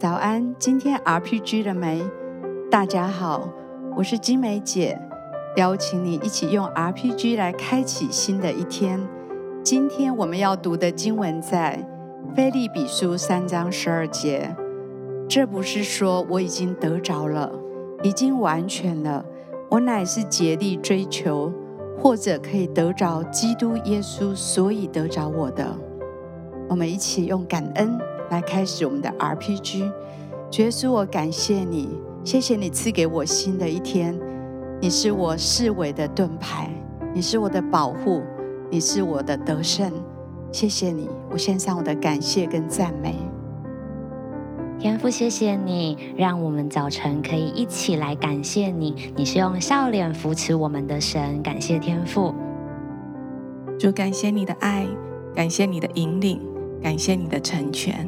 早安，今天 RPG 了没？大家好，我是金梅姐，邀请你一起用 RPG 来开启新的一天。今天我们要读的经文在腓立比书3章12节。这不是说我已经得着了，已经完全了，我乃是竭力追求，或者可以得着基督耶稣，所以得着我的。我们一起用感恩来开始我们的 RPG。 主耶稣，我感谢你，谢谢你赐给我新的一天，你是我视为的盾牌，你是我的保护，你是我的得胜。谢谢你，我献上我的感谢跟赞美。 天父，谢谢你让我们早晨可以一起来感谢你，你是用笑脸扶持我们的神，感谢天父。 主，感谢你的爱，感谢你的引领，感谢你的成全。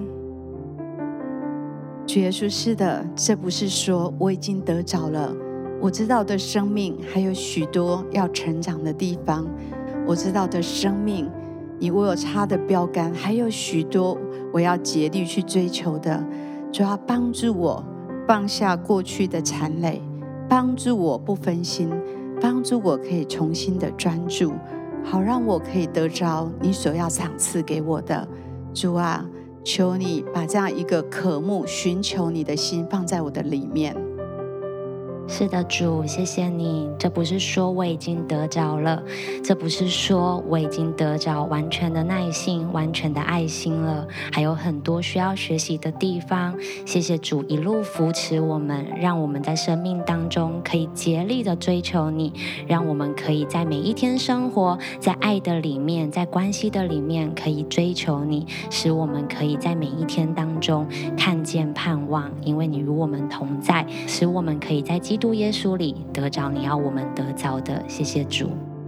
主耶稣，是的，这不是说我已经得着了，我知道的生命还有许多要成长的地方，我知道的生命你为我插的标杆还有许多我要竭力去追求的。主要帮助我放下过去的缠累，帮助我不分心，帮助我可以重新的专注，好让我可以得着你所要赏赐给我的。主啊，求你把这样一个渴慕寻求你的心放在我的里面。 是的，主，谢谢你。这不是说我已经得着了，这不是说我已经得着完全的耐性、完全的爱心了，还有很多需要学习的地方。谢谢主一路扶持我们，让我们在生命当中可以竭力的追求你，让我们可以在每一天生活在爱的里面，在关系的里面可以追求你，使我们可以在每一天当中看见盼望，因为你与我们同在，使我们可以在基督耶稣里得着你要我们得着的。谢谢主。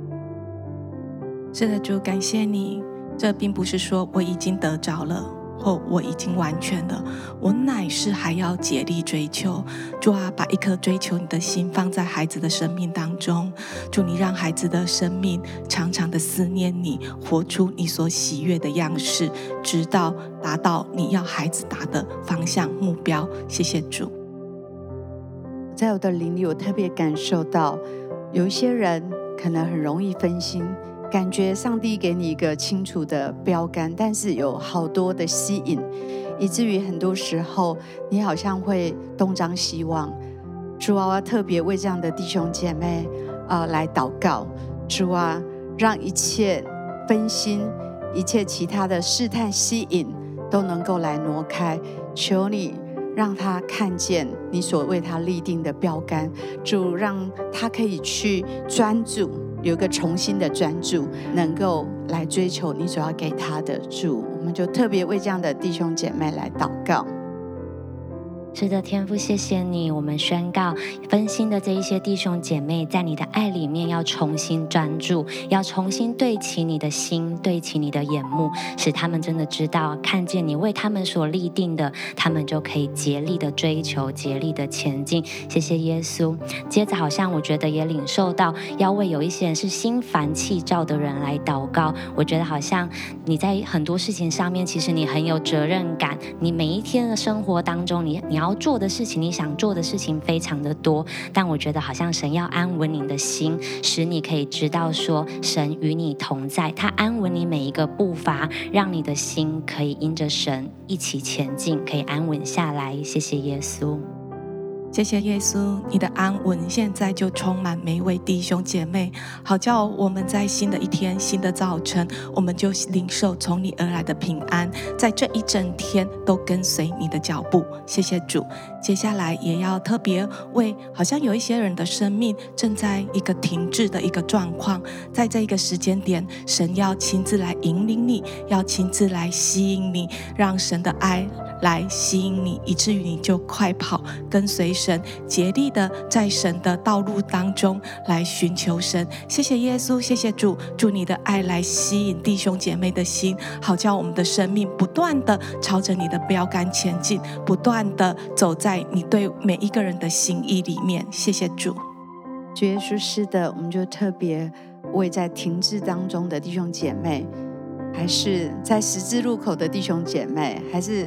是的，主，感谢你。这并不是说我已经得着了，或我已经完全了，我乃是还要竭力追求。主啊，把一颗追求你的心放在孩子的生命当中。主，你让孩子的生命常常的思念你，活出你所喜悦的样式，直到达到你要孩子达的方向目标。谢谢主。 在我的灵里，我特别感受到有一些人可能很容易分心，感觉上帝给你一个清楚的标杆，但是有好多的吸引，以至于很多时候你好像会东张西望。主啊，我要特别为这样的弟兄姐妹来祷告。主啊，让一切分心，一切其他的试探吸引都能够来挪开。求你让他看见你所为他立定的标杆。主，让他可以去专注，有一个重新的专注，能够来追求你所要给他的。主，我们就特别为这样的弟兄姐妹来祷告。 是的，天父，谢谢你。我们宣告分心的这一些弟兄姐妹，在你的爱里面要重新专注，要重新对齐你的心，对齐你的眼目，使他们真的知道看见你为他们所立定的，他们就可以竭力的追求，竭力的前进。谢谢耶稣。接着好像我觉得也领受到要为有一些人是心烦气躁的人来祷告。我觉得好像你在很多事情上面，其实你很有责任感，你每一天的生活当中，你要做的事情，你想做的事情非常的多，但我觉得好像神要安稳你的心，使你可以知道说神与你同在，他安稳你每一个步伐，让你的心可以因着神一起前进，可以安稳下来。谢谢耶稣。 谢谢耶稣，你的安稳现在就充满每一位弟兄姐妹，好叫我们在新的一天、新的早晨，我们就领受从你而来的平安，在这一整天都跟随你的脚步。谢谢主。接下来也要特别为好像有一些人的生命正在一个停滞的一个状况，在这一个时间点，神要亲自来引领你，要亲自来吸引你，让神的爱来吸引你，以至于你就快跑跟随神，竭力的在神的道路当中来寻求神。谢谢耶稣，谢谢主，祝你的爱来吸引弟兄姐妹的心，好叫我们的生命不断的朝着你的标杆前进，不断的走在你对每一个人的心意里面。谢谢主。 主耶稣，是的，我们就特别为在停滞当中的弟兄姐妹，还是在十字路口的弟兄姐妹，还是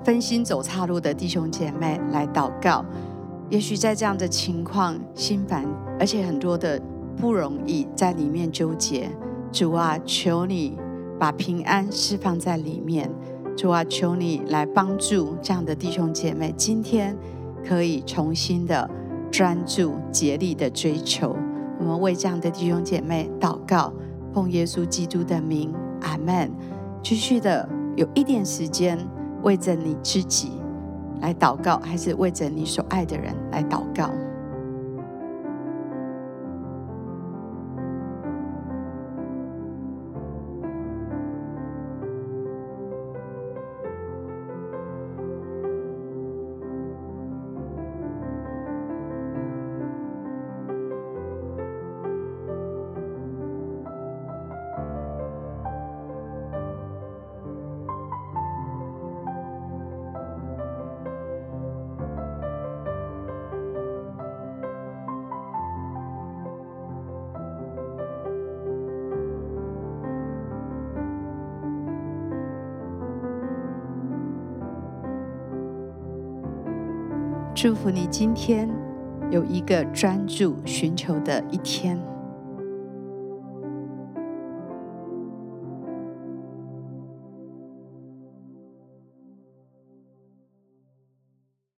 分心走岔路的弟兄姐妹来祷告。也许在这样的情况心烦，而且很多的不容易在里面纠结，主啊，求你把平安释放在里面。主啊，求你来帮助这样的弟兄姐妹，今天可以重新的专注竭力的追求。我们为这样的弟兄姐妹祷告，奉耶稣基督的名，阿们。继续的有一点时间为着你自己来祷告，还是为着你所爱的人来祷告？祝福你今天有一个专注寻求的一天。